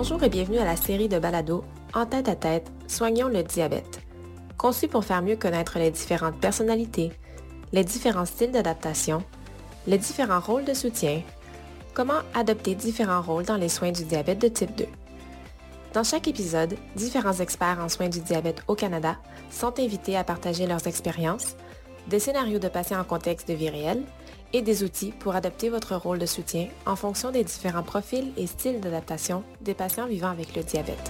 Bonjour et bienvenue à la série de balados En tête à tête, soignons le diabète. Conçu pour faire mieux connaître les différentes personnalités, les différents styles d'adaptation, les différents rôles de soutien, comment adopter différents rôles dans les soins du diabète de type 2. Dans chaque épisode, différents experts en soins du diabète au Canada sont invités à partager leurs expériences, des scénarios de patients en contexte de vie réelle et des outils pour adopter votre rôle de soutien en fonction des différents profils et styles d'adaptation des patients vivant avec le diabète.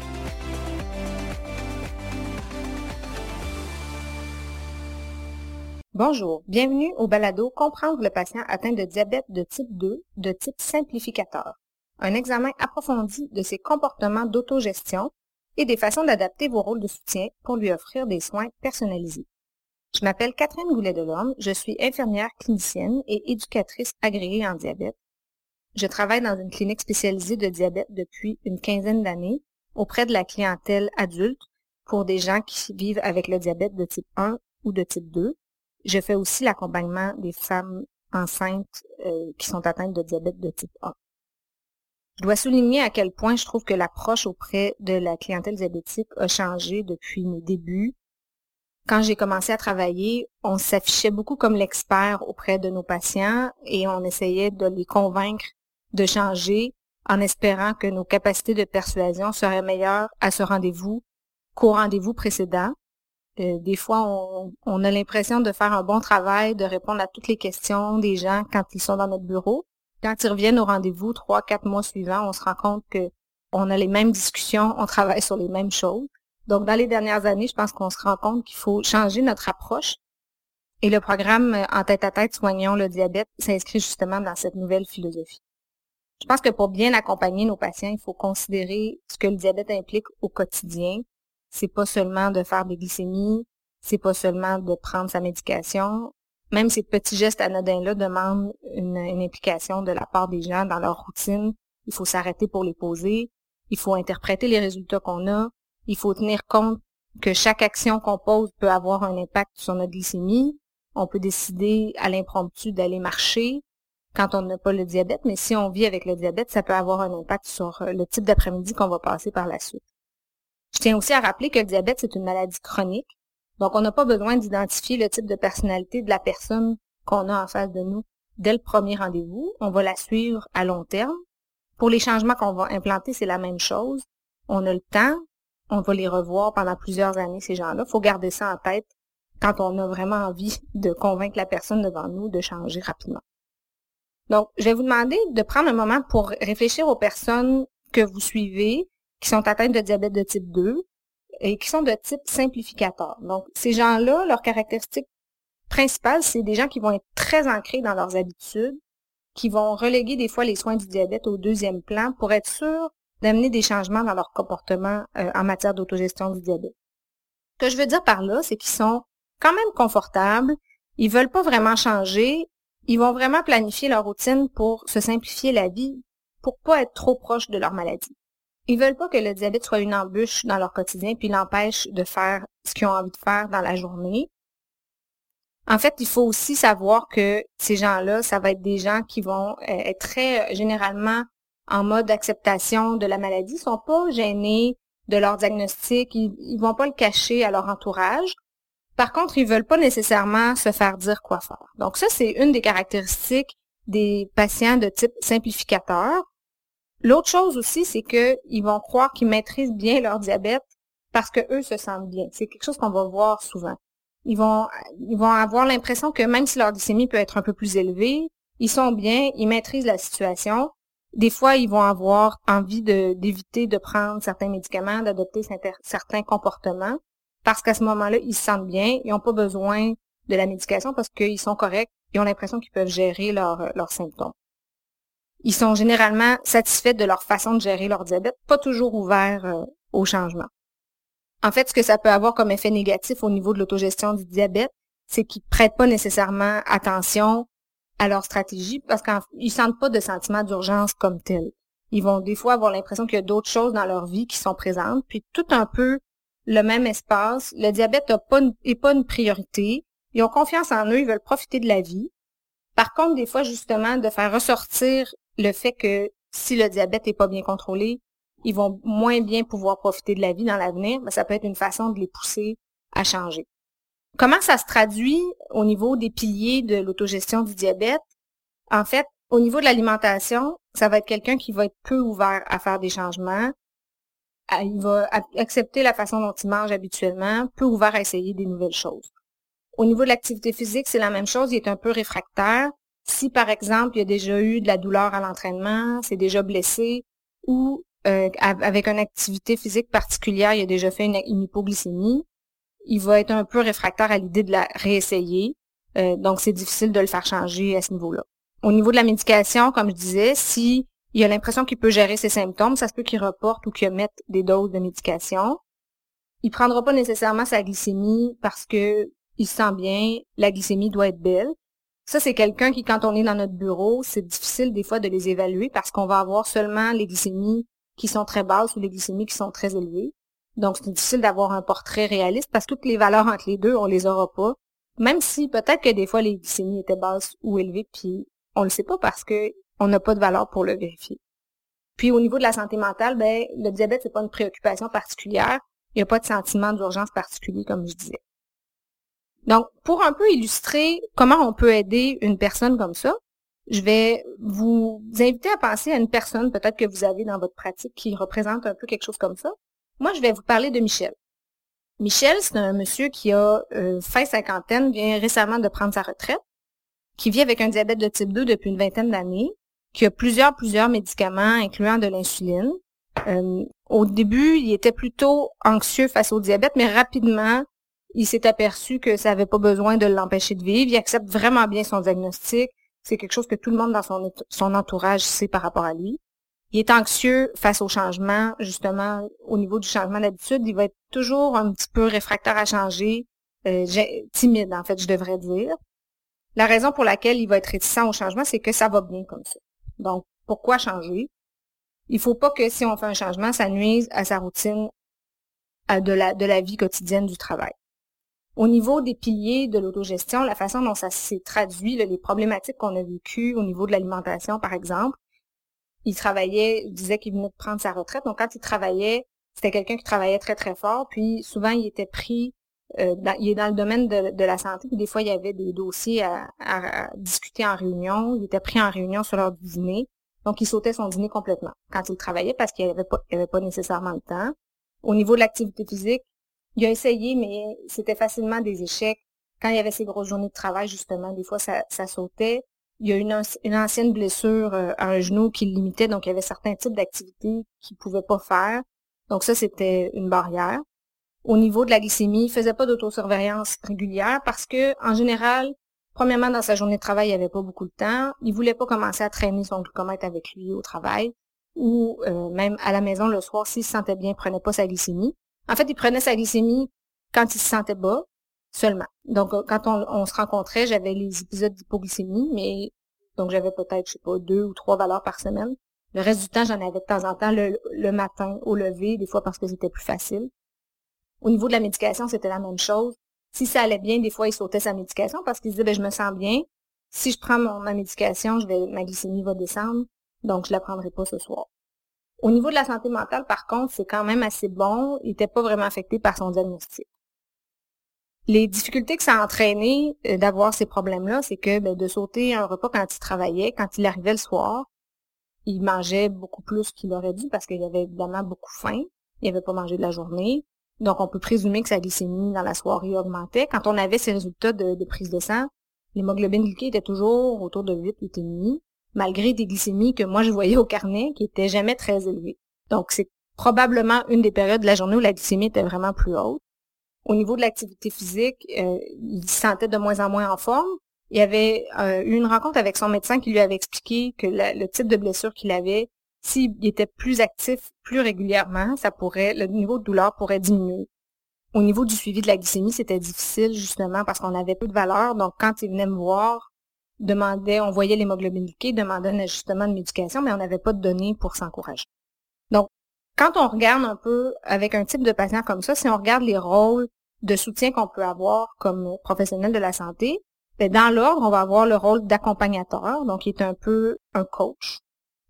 Bonjour, bienvenue au balado Comprendre le patient atteint de diabète de type 2, de type simplificateur. Un examen approfondi de ses comportements d'autogestion et des façons d'adapter vos rôles de soutien pour lui offrir des soins personnalisés. Je m'appelle Catherine Goulet-Delorme, je suis infirmière clinicienne et éducatrice agréée en diabète. Je travaille dans une clinique spécialisée de diabète depuis une quinzaine d'années auprès de la clientèle adulte pour des gens qui vivent avec le diabète de type 1 ou de type 2. Je fais aussi l'accompagnement des femmes enceintes qui sont atteintes de diabète de type 1. Je dois souligner à quel point je trouve que l'approche auprès de la clientèle diabétique a changé depuis mes débuts. Quand j'ai commencé à travailler, on s'affichait beaucoup comme l'expert auprès de nos patients et on essayait de les convaincre de changer en espérant que nos capacités de persuasion seraient meilleures à ce rendez-vous qu'au rendez-vous précédent. Des fois, on a l'impression de faire un bon travail, de répondre à toutes les questions des gens quand ils sont dans notre bureau. Quand ils reviennent au rendez-vous 3-4 mois suivants, on se rend compte que on a les mêmes discussions, on travaille sur les mêmes choses. Donc, dans les dernières années, je pense qu'on se rend compte qu'il faut changer notre approche. Et le programme En tête-à-tête, soignons le diabète s'inscrit justement dans cette nouvelle philosophie. Je pense que pour bien accompagner nos patients, il faut considérer ce que le diabète implique au quotidien. C'est pas seulement de faire des glycémies, c'est pas seulement de prendre sa médication. Même ces petits gestes anodins-là demandent une implication de la part des gens dans leur routine. Il faut s'arrêter pour les poser. Il faut interpréter les résultats qu'on a. Il faut tenir compte que chaque action qu'on pose peut avoir un impact sur notre glycémie. On peut décider à l'impromptu d'aller marcher quand on n'a pas le diabète, mais si on vit avec le diabète, ça peut avoir un impact sur le type d'après-midi qu'on va passer par la suite. Je tiens aussi à rappeler que le diabète, c'est une maladie chronique. Donc, on n'a pas besoin d'identifier le type de personnalité de la personne qu'on a en face de nous dès le premier rendez-vous. On va la suivre à long terme. Pour les changements qu'on va implanter, c'est la même chose. On a le temps. On va les revoir pendant plusieurs années, ces gens-là. Il faut garder ça en tête quand on a vraiment envie de convaincre la personne devant nous de changer rapidement. Donc, je vais vous demander de prendre un moment pour réfléchir aux personnes que vous suivez qui sont atteintes de diabète de type 2 et qui sont de type simplificateur. Donc, ces gens-là, leurs caractéristiques principales, c'est des gens qui vont être très ancrés dans leurs habitudes, qui vont reléguer des fois les soins du diabète au deuxième plan pour être sûrs d'amener des changements dans leur comportement en matière d'autogestion du diabète. Ce que je veux dire par là, c'est qu'ils sont quand même confortables, ils veulent pas vraiment changer, ils vont vraiment planifier leur routine pour se simplifier la vie, pour pas être trop proche de leur maladie. Ils veulent pas que le diabète soit une embûche dans leur quotidien puis l'empêche de faire ce qu'ils ont envie de faire dans la journée. En fait, il faut aussi savoir que ces gens-là, ça va être des gens qui vont être très généralement en mode acceptation de la maladie. Ils sont pas gênés de leur diagnostic, ils vont pas le cacher à leur entourage. Par contre, ils veulent pas nécessairement se faire dire quoi faire. Donc ça, c'est une des caractéristiques des patients de type simplificateur. L'autre chose aussi, c'est qu'ils vont croire qu'ils maîtrisent bien leur diabète parce que eux se sentent bien. C'est quelque chose qu'on va voir souvent. Ils vont avoir l'impression que même si leur glycémie peut être un peu plus élevée, ils sont bien, ils maîtrisent la situation. Des fois, ils vont avoir envie d'éviter de prendre certains médicaments, d'adopter certains comportements parce qu'à ce moment-là, ils se sentent bien, ils n'ont pas besoin de la médication parce qu'ils sont corrects, ils ont l'impression qu'ils peuvent gérer leurs symptômes. Ils sont généralement satisfaits de leur façon de gérer leur diabète, pas toujours ouverts au changement. En fait, ce que ça peut avoir comme effet négatif au niveau de l'autogestion du diabète, c'est qu'ils prêtent pas nécessairement attention à leur stratégie parce qu'ils sentent pas de sentiment d'urgence comme tel. Ils vont des fois avoir l'impression qu'il y a d'autres choses dans leur vie qui sont présentes, puis tout un peu le même espace. Le diabète est pas une priorité. Ils ont confiance en eux, ils veulent profiter de la vie. Par contre, des fois, justement, de faire ressortir le fait que si le diabète est pas bien contrôlé, ils vont moins bien pouvoir profiter de la vie dans l'avenir, mais ça peut être une façon de les pousser à changer. Comment ça se traduit au niveau des piliers de l'autogestion du diabète? En fait, au niveau de l'alimentation, ça va être quelqu'un qui va être peu ouvert à faire des changements. Il va accepter la façon dont il mange habituellement, peu ouvert à essayer des nouvelles choses. Au niveau de l'activité physique, c'est la même chose, il est un peu réfractaire. Si, par exemple, il a déjà eu de la douleur à l'entraînement, c'est déjà blessé, ou avec une activité physique particulière, il a déjà fait une hypoglycémie, il va être un peu réfractaire à l'idée de la réessayer. Donc, c'est difficile de le faire changer à ce niveau-là. Au niveau de la médication, comme je disais, si il a l'impression qu'il peut gérer ses symptômes, ça se peut qu'il reporte ou qu'il mette des doses de médication. Il prendra pas nécessairement sa glycémie parce que il se sent bien, la glycémie doit être belle. Ça, c'est quelqu'un qui, quand on est dans notre bureau, c'est difficile des fois de les évaluer parce qu'on va avoir seulement les glycémies qui sont très basses ou les glycémies qui sont très élevées. Donc, c'est difficile d'avoir un portrait réaliste parce que toutes les valeurs entre les deux, on les aura pas. Même si peut-être que des fois les glycémies étaient basses ou élevées, puis on le sait pas parce que on n'a pas de valeur pour le vérifier. Puis au niveau de la santé mentale, le diabète, c'est pas une préoccupation particulière. Il n'y a pas de sentiment d'urgence particulier, comme je disais. Donc, pour un peu illustrer comment on peut aider une personne comme ça, je vais vous inviter à penser à une personne peut-être que vous avez dans votre pratique qui représente un peu quelque chose comme ça. Moi, je vais vous parler de Michel. Michel, c'est un monsieur qui a fin cinquantaine, vient récemment de prendre sa retraite, qui vit avec un diabète de type 2 depuis une vingtaine d'années, qui a plusieurs médicaments, incluant de l'insuline. Au début, il était plutôt anxieux face au diabète, mais rapidement, il s'est aperçu que ça n'avait pas besoin de l'empêcher de vivre. Il accepte vraiment bien son diagnostic. C'est quelque chose que tout le monde dans son entourage sait par rapport à lui. Il est anxieux face au changement, justement, au niveau du changement d'habitude. Il va être toujours un petit peu réfractaire à changer, timide, en fait, je devrais dire. La raison pour laquelle il va être réticent au changement, c'est que ça va bien comme ça. Donc, pourquoi changer? Il faut pas que si on fait un changement, ça nuise à sa routine de la vie quotidienne du travail. Au niveau des piliers de l'autogestion, la façon dont ça s'est traduit, les problématiques qu'on a vécues au niveau de l'alimentation, par exemple, il disait qu'il venait de prendre sa retraite. Donc, quand il travaillait, c'était quelqu'un qui travaillait très, très fort. Puis, souvent, il était pris, il est dans le domaine de la santé. Puis, des fois, il y avait des dossiers à discuter en réunion. Il était pris en réunion sur l'heure du dîner. Donc, il sautait son dîner complètement quand il travaillait parce qu'il avait pas nécessairement le temps. Au niveau de l'activité physique, il a essayé, mais c'était facilement des échecs. Quand il y avait ses grosses journées de travail, justement, des fois, ça sautait. Il y a une ancienne blessure à un genou qui le limitait, donc il y avait certains types d'activités qu'il pouvait pas faire. Donc ça, c'était une barrière. Au niveau de la glycémie, il faisait pas d'autosurveillance régulière parce que, en général, premièrement, dans sa journée de travail, il avait pas beaucoup de temps. Il voulait pas commencer à traîner son glucomètre avec lui au travail ou même à la maison le soir, s'il se sentait bien, il prenait pas sa glycémie. En fait, il prenait sa glycémie quand il se sentait bas, seulement. Donc, quand on se rencontrait, j'avais les épisodes d'hypoglycémie, mais donc j'avais peut-être, je sais pas, 2 ou 3 valeurs par semaine. Le reste du temps, j'en avais de temps en temps le matin au lever, des fois parce que c'était plus facile. Au niveau de la médication, c'était la même chose. Si ça allait bien, des fois, il sautait sa médication parce qu'il se disait, je me sens bien. Si je prends ma médication, ma glycémie va descendre, donc je la prendrai pas ce soir. Au niveau de la santé mentale, par contre, c'est quand même assez bon. Il n'était pas vraiment affecté par son diagnostic. Les difficultés que ça a entraîné d'avoir ces problèmes-là, c'est que de sauter un repas quand il travaillait, quand il arrivait le soir, il mangeait beaucoup plus qu'il aurait dû parce qu'il avait évidemment beaucoup faim. Il n'avait pas mangé de la journée. Donc, on peut présumer que sa glycémie dans la soirée augmentait. Quand on avait ses résultats de prise de sang, l'hémoglobine glyquée était toujours autour de 8, 8,5, malgré des glycémies que moi je voyais au carnet qui étaient jamais très élevées. Donc, c'est probablement une des périodes de la journée où la glycémie était vraiment plus haute. Au niveau de l'activité physique, il se sentait de moins en moins en forme. Il avait eu une rencontre avec son médecin qui lui avait expliqué que le type de blessure qu'il avait, s'il était plus actif plus régulièrement, le niveau de douleur pourrait diminuer. Au niveau du suivi de la glycémie, c'était difficile justement parce qu'on avait peu de valeur. Donc, quand il venait me voir, on voyait l'hémoglobine glyquée, demandait un ajustement de médication, mais on n'avait pas de données pour s'encourager. Donc, quand on regarde un peu avec un type de patient comme ça, si on regarde les rôles de soutien qu'on peut avoir comme professionnel de la santé, dans l'ordre, on va avoir le rôle d'accompagnateur, donc qui est un peu un coach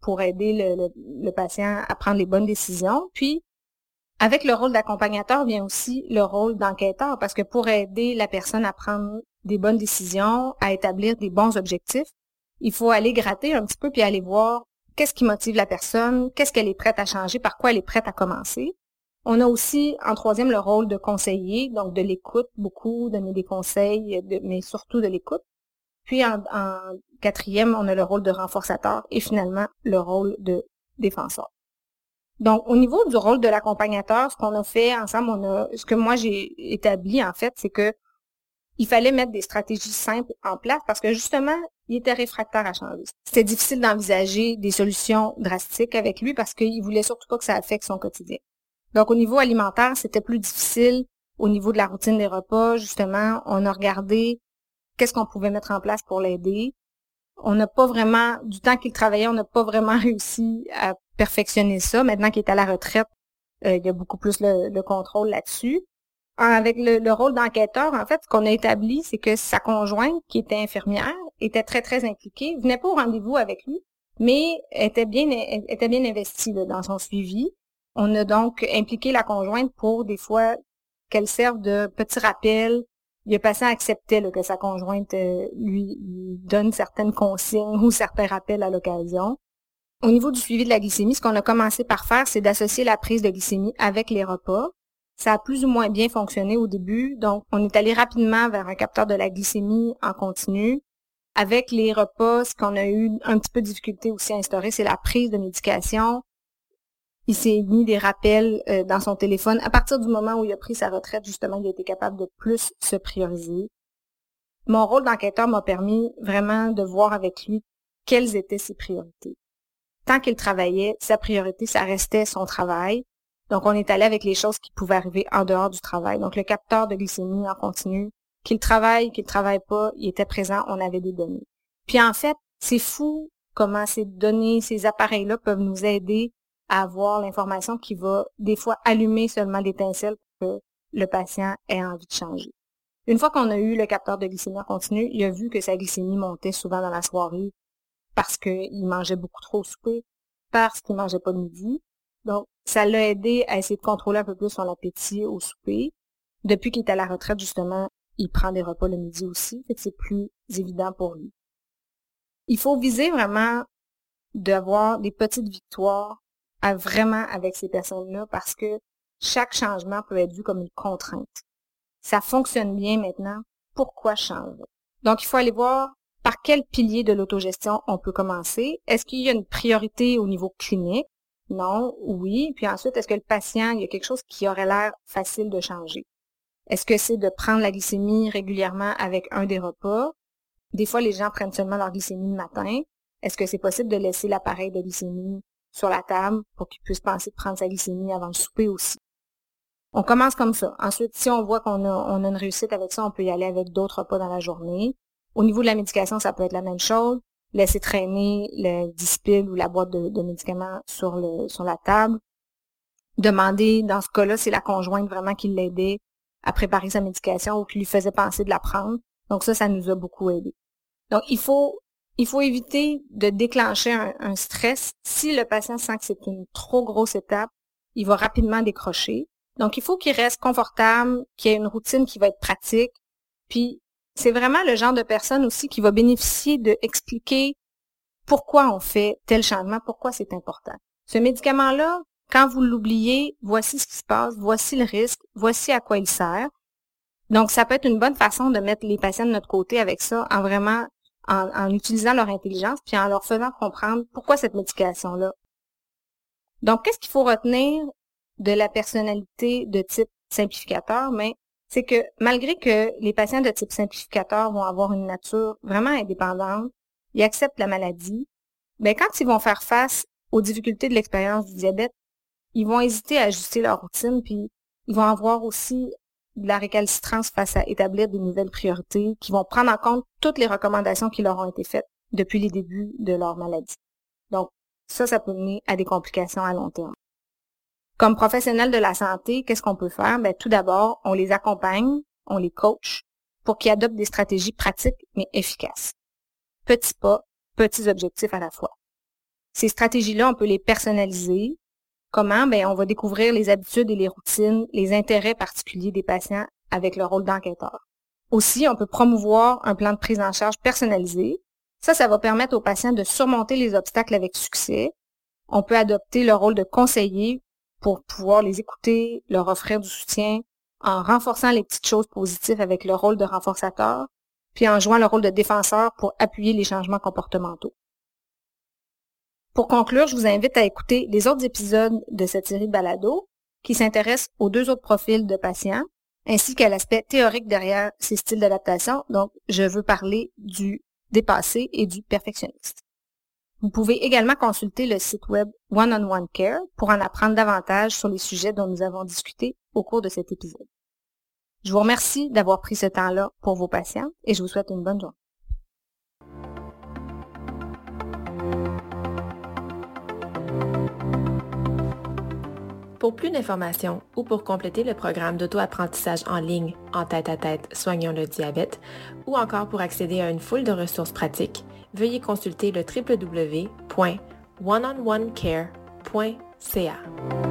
pour aider le patient à prendre les bonnes décisions. Puis, avec le rôle d'accompagnateur vient aussi le rôle d'enquêteur, parce que pour aider la personne à prendre des bonnes décisions, à établir des bons objectifs, il faut aller gratter un petit peu puis aller voir qu'est-ce qui motive la personne, qu'est-ce qu'elle est prête à changer, par quoi elle est prête à commencer. On a aussi, en troisième, le rôle de conseiller, donc de l'écoute beaucoup, donner des conseils, mais surtout de l'écoute. Puis en quatrième, on a le rôle de renforçateur et finalement le rôle de défenseur. Donc, au niveau du rôle de l'accompagnateur, ce qu'on a fait ensemble, ce que moi j'ai établi en fait, c'est que il fallait mettre des stratégies simples en place parce que justement, il était réfractaire à changer. C'était difficile d'envisager des solutions drastiques avec lui parce qu'il voulait surtout pas que ça affecte son quotidien. Donc, au niveau alimentaire, c'était plus difficile. Au niveau de la routine des repas, justement, on a regardé qu'est-ce qu'on pouvait mettre en place pour l'aider. On n'a pas vraiment, du temps qu'il travaillait, on n'a pas vraiment réussi à perfectionner ça. Maintenant qu'il est à la retraite, il y a beaucoup plus le contrôle là-dessus. Avec le rôle d'enquêteur, en fait, ce qu'on a établi, c'est que sa conjointe, qui était infirmière, était très, très impliquée, venait pas au rendez-vous avec lui, mais était bien investie là, dans son suivi. On a donc impliqué la conjointe pour, des fois, qu'elle serve de petit rappel. Le patient acceptait là, que sa conjointe lui donne certaines consignes ou certains rappels à l'occasion. Au niveau du suivi de la glycémie, ce qu'on a commencé par faire, c'est d'associer la prise de glycémie avec les repas. Ça a plus ou moins bien fonctionné au début, donc on est allé rapidement vers un capteur de la glycémie en continu. Avec les repas, ce qu'on a eu un petit peu de difficulté aussi à instaurer, c'est la prise de médication. Il s'est mis des rappels dans son téléphone. À partir du moment où il a pris sa retraite, justement, il a été capable de plus se prioriser. Mon rôle d'enquêteur m'a permis vraiment de voir avec lui quelles étaient ses priorités. Tant qu'il travaillait, sa priorité, ça restait son travail. Donc, on est allé avec les choses qui pouvaient arriver en dehors du travail. Donc, le capteur de glycémie en continu, qu'il travaille pas, il était présent, on avait des données. Puis, en fait, c'est fou comment ces données, ces appareils-là peuvent nous aider à avoir l'information qui va, des fois, allumer seulement l'étincelle pour que le patient ait envie de changer. Une fois qu'on a eu le capteur de glycémie en continu, il a vu que sa glycémie montait souvent dans la soirée parce qu'il mangeait beaucoup trop au souper, parce qu'il mangeait pas de midi. Donc, ça l'a aidé à essayer de contrôler un peu plus son appétit au souper. Depuis qu'il est à la retraite, justement, il prend des repas le midi aussi, fait que c'est plus évident pour lui. Il faut viser vraiment d'avoir des petites victoires vraiment avec ces personnes-là parce que chaque changement peut être vu comme une contrainte. Ça fonctionne bien maintenant, pourquoi changer? Donc, il faut aller voir par quel pilier de l'autogestion on peut commencer. Est-ce qu'il y a une priorité au niveau clinique? Non, oui. Puis ensuite, est-ce que le patient, il y a quelque chose qui aurait l'air facile de changer? Est-ce que c'est de prendre la glycémie régulièrement avec un des repas? Des fois, les gens prennent seulement leur glycémie le matin. Est-ce que c'est possible de laisser l'appareil de glycémie sur la table pour qu'il puisse penser de prendre sa glycémie avant le souper aussi? On commence comme ça. Ensuite, si on voit qu'on a une réussite avec ça, on peut y aller avec d'autres repas dans la journée. Au niveau de la médication, ça peut être la même chose. Laisser traîner le dispil ou la boîte de médicaments sur la table. Demander, dans ce cas-là, c'est la conjointe vraiment qui l'aidait à préparer sa médication ou qui lui faisait penser de la prendre. Donc ça nous a beaucoup aidé. Donc, il faut éviter de déclencher un stress. Si le patient sent que c'est une trop grosse étape, il va rapidement décrocher. Donc, il faut qu'il reste confortable, qu'il y ait une routine qui va être pratique. Puis, c'est vraiment le genre de personne aussi qui va bénéficier de expliquer pourquoi on fait tel changement, pourquoi c'est important. Ce médicament-là, quand vous l'oubliez, voici ce qui se passe, voici le risque, voici à quoi il sert. Donc, ça peut être une bonne façon de mettre les patients de notre côté avec ça, en utilisant leur intelligence, puis en leur faisant comprendre pourquoi cette médication-là. Donc, qu'est-ce qu'il faut retenir de la personnalité de type simplificateur? Mais c'est que malgré que les patients de type simplificateur vont avoir une nature vraiment indépendante, ils acceptent la maladie, mais quand ils vont faire face aux difficultés de l'expérience du diabète, ils vont hésiter à ajuster leur routine, puis ils vont avoir aussi de la récalcitrance face à établir des nouvelles priorités qui vont prendre en compte toutes les recommandations qui leur ont été faites depuis les débuts de leur maladie. Donc, ça peut mener à des complications à long terme. Comme professionnel de la santé, qu'est-ce qu'on peut faire? Tout d'abord, on les accompagne, on les coach pour qu'ils adoptent des stratégies pratiques mais efficaces. Petits pas, petits objectifs à la fois. Ces stratégies-là, on peut les personnaliser. Comment? On va découvrir les habitudes et les routines, les intérêts particuliers des patients avec le rôle d'enquêteur. Aussi, on peut promouvoir un plan de prise en charge personnalisé. Ça va permettre aux patients de surmonter les obstacles avec succès. On peut adopter le rôle de conseiller pour pouvoir les écouter, leur offrir du soutien, en renforçant les petites choses positives avec le rôle de renforçateur, puis en jouant le rôle de défenseur pour appuyer les changements comportementaux. Pour conclure, je vous invite à écouter les autres épisodes de cette série de balados qui s'intéressent aux 2 autres profils de patients, ainsi qu'à l'aspect théorique derrière ces styles d'adaptation. Donc, je veux parler du dépassé et du perfectionniste. Vous pouvez également consulter le site web One-on-One Care pour en apprendre davantage sur les sujets dont nous avons discuté au cours de cet épisode. Je vous remercie d'avoir pris ce temps-là pour vos patients et je vous souhaite une bonne journée. Pour plus d'informations ou pour compléter le programme d'auto-apprentissage en ligne En tête-à-tête, soignons le diabète, ou encore pour accéder à une foule de ressources pratiques, veuillez consulter le www.oneononecare.ca.